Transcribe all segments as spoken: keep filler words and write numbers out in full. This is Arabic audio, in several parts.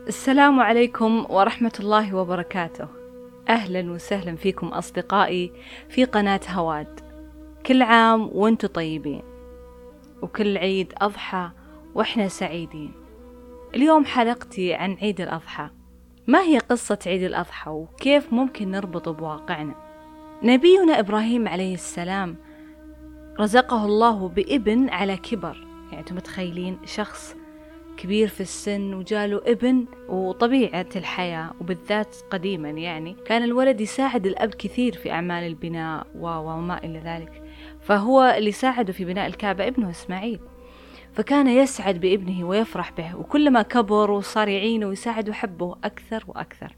السلام عليكم ورحمة الله وبركاته. أهلا وسهلا فيكم أصدقائي في قناة هواد. كل عام وانتم طيبين، وكل عيد أضحى وإحنا سعيدين. اليوم حلقتي عن عيد الأضحى. ما هي قصة عيد الأضحى وكيف ممكن نربطه بواقعنا؟ نبينا إبراهيم عليه السلام رزقه الله بابن على كبر. يعني أنتم متخيلين شخص كبير في السن وجاله ابن، وطبيعة الحياة وبالذات قديما يعني كان الولد يساعد الأب كثير في أعمال البناء وما إلى ذلك، فهو اللي ساعده في بناء الكعبة ابنه إسماعيل، فكان يسعد بابنه ويفرح به، وكلما كبر وصار يعينه ويساعده حبه أكثر وأكثر.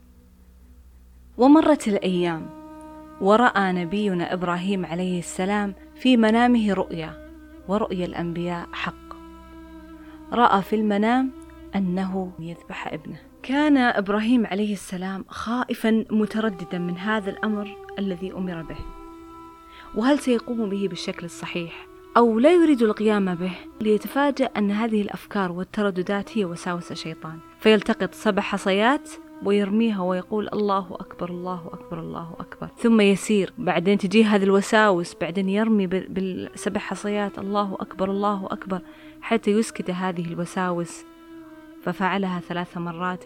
ومرت الأيام ورأى نبينا إبراهيم عليه السلام في منامه رؤيا، ورؤيا الأنبياء حق. رأى في المنام أنه يذبح ابنه. كان إبراهيم عليه السلام خائفا مترددا من هذا الأمر الذي أمر به، وهل سيقوم به بالشكل الصحيح أو لا يريد القيام به، ليتفاجأ أن هذه الأفكار والترددات هي وساوس شيطان، فيلتقط سبع حصيات ويرميها ويقول الله أكبر الله أكبر الله أكبر، ثم يسير. بعدين تجي هذه الوساوس، بعدين يرمي بالسبع حصيات الله أكبر الله أكبر حتى يسكت هذه الوساوس، ففعلها ثلاث مرات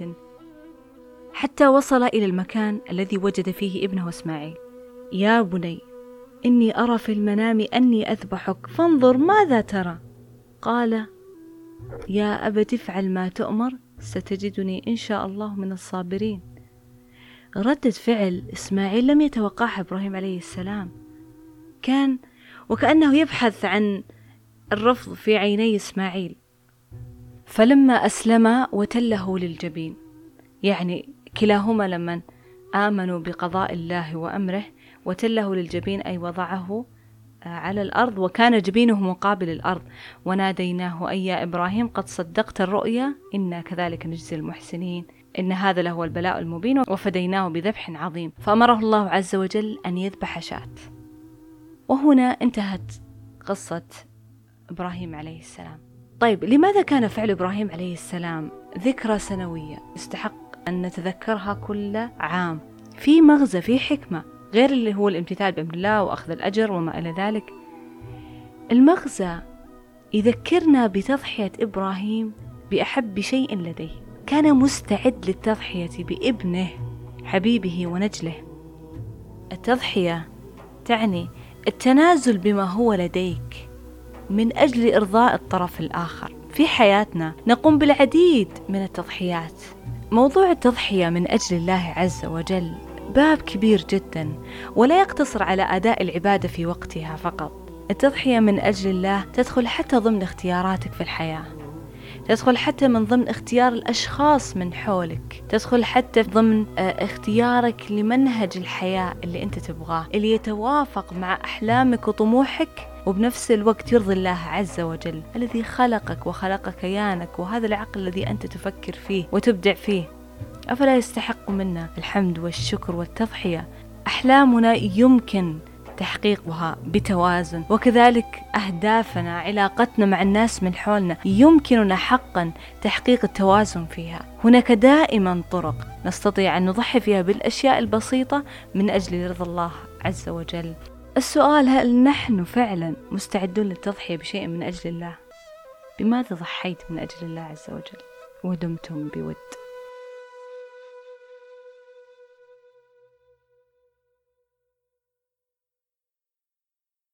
حتى وصل إلى المكان الذي وجد فيه ابنه إسماعيل. يا بني إني أرى في المنام أني أذبحك فانظر ماذا ترى؟ قال يا أبت افعل ما تؤمر ستجدني إن شاء الله من الصابرين. ردة فعل إسماعيل لم يتوقعها إبراهيم عليه السلام، كان وكأنه يبحث عن الرفض في عيني إسماعيل. فلما أسلما وتله للجبين، يعني كلاهما لما آمنوا بقضاء الله وأمره وتله للجبين أي وضعه على الأرض، وكان جبينه مقابل الأرض، وناديناه أي يا إبراهيم قد صدقت الرؤيا إنا كذلك نجزي المحسنين إن هذا لهو البلاء المبين وفديناه بذبح عظيم. فأمره الله عز وجل أن يذبح شاة. وهنا انتهت قصة إبراهيم عليه السلام. طيب لماذا كان فعل إبراهيم عليه السلام ذكرى سنوية يستحق أن نتذكرها كل عام؟ في مغزى، في حكمة، غير اللي هو الامتثال بأمر الله وأخذ الأجر وما إلى ذلك. المغزى يذكرنا بتضحية إبراهيم بأحب شيء لديه، كان مستعد للتضحية بابنه حبيبه ونجله. التضحية تعني التنازل بما هو لديك من أجل إرضاء الطرف الآخر. في حياتنا نقوم بالعديد من التضحيات. موضوع التضحية من أجل الله عز وجل باب كبير جدا، ولا يقتصر على أداء العبادة في وقتها فقط. التضحية من أجل الله تدخل حتى ضمن اختياراتك في الحياة، تدخل حتى من ضمن اختيار الأشخاص من حولك، تدخل حتى ضمن اختيارك لمنهج الحياة اللي أنت تبغاه، اللي يتوافق مع أحلامك وطموحك، وبنفس الوقت يرضي الله عز وجل الذي خلقك وخلق كيانك، وهذا العقل الذي أنت تفكر فيه وتبدع فيه. أفلا يستحق منا الحمد والشكر والتضحية؟ أحلامنا يمكن تحقيقها بتوازن، وكذلك أهدافنا، علاقتنا مع الناس من حولنا يمكننا حقا تحقيق التوازن فيها. هناك دائما طرق نستطيع أن نضحي فيها بالأشياء البسيطة من أجل رضا الله عز وجل. السؤال: هل نحن فعلا مستعدون للتضحية بشيء من أجل الله؟ بماذا ضحيت من أجل الله عز وجل ودمتم بود؟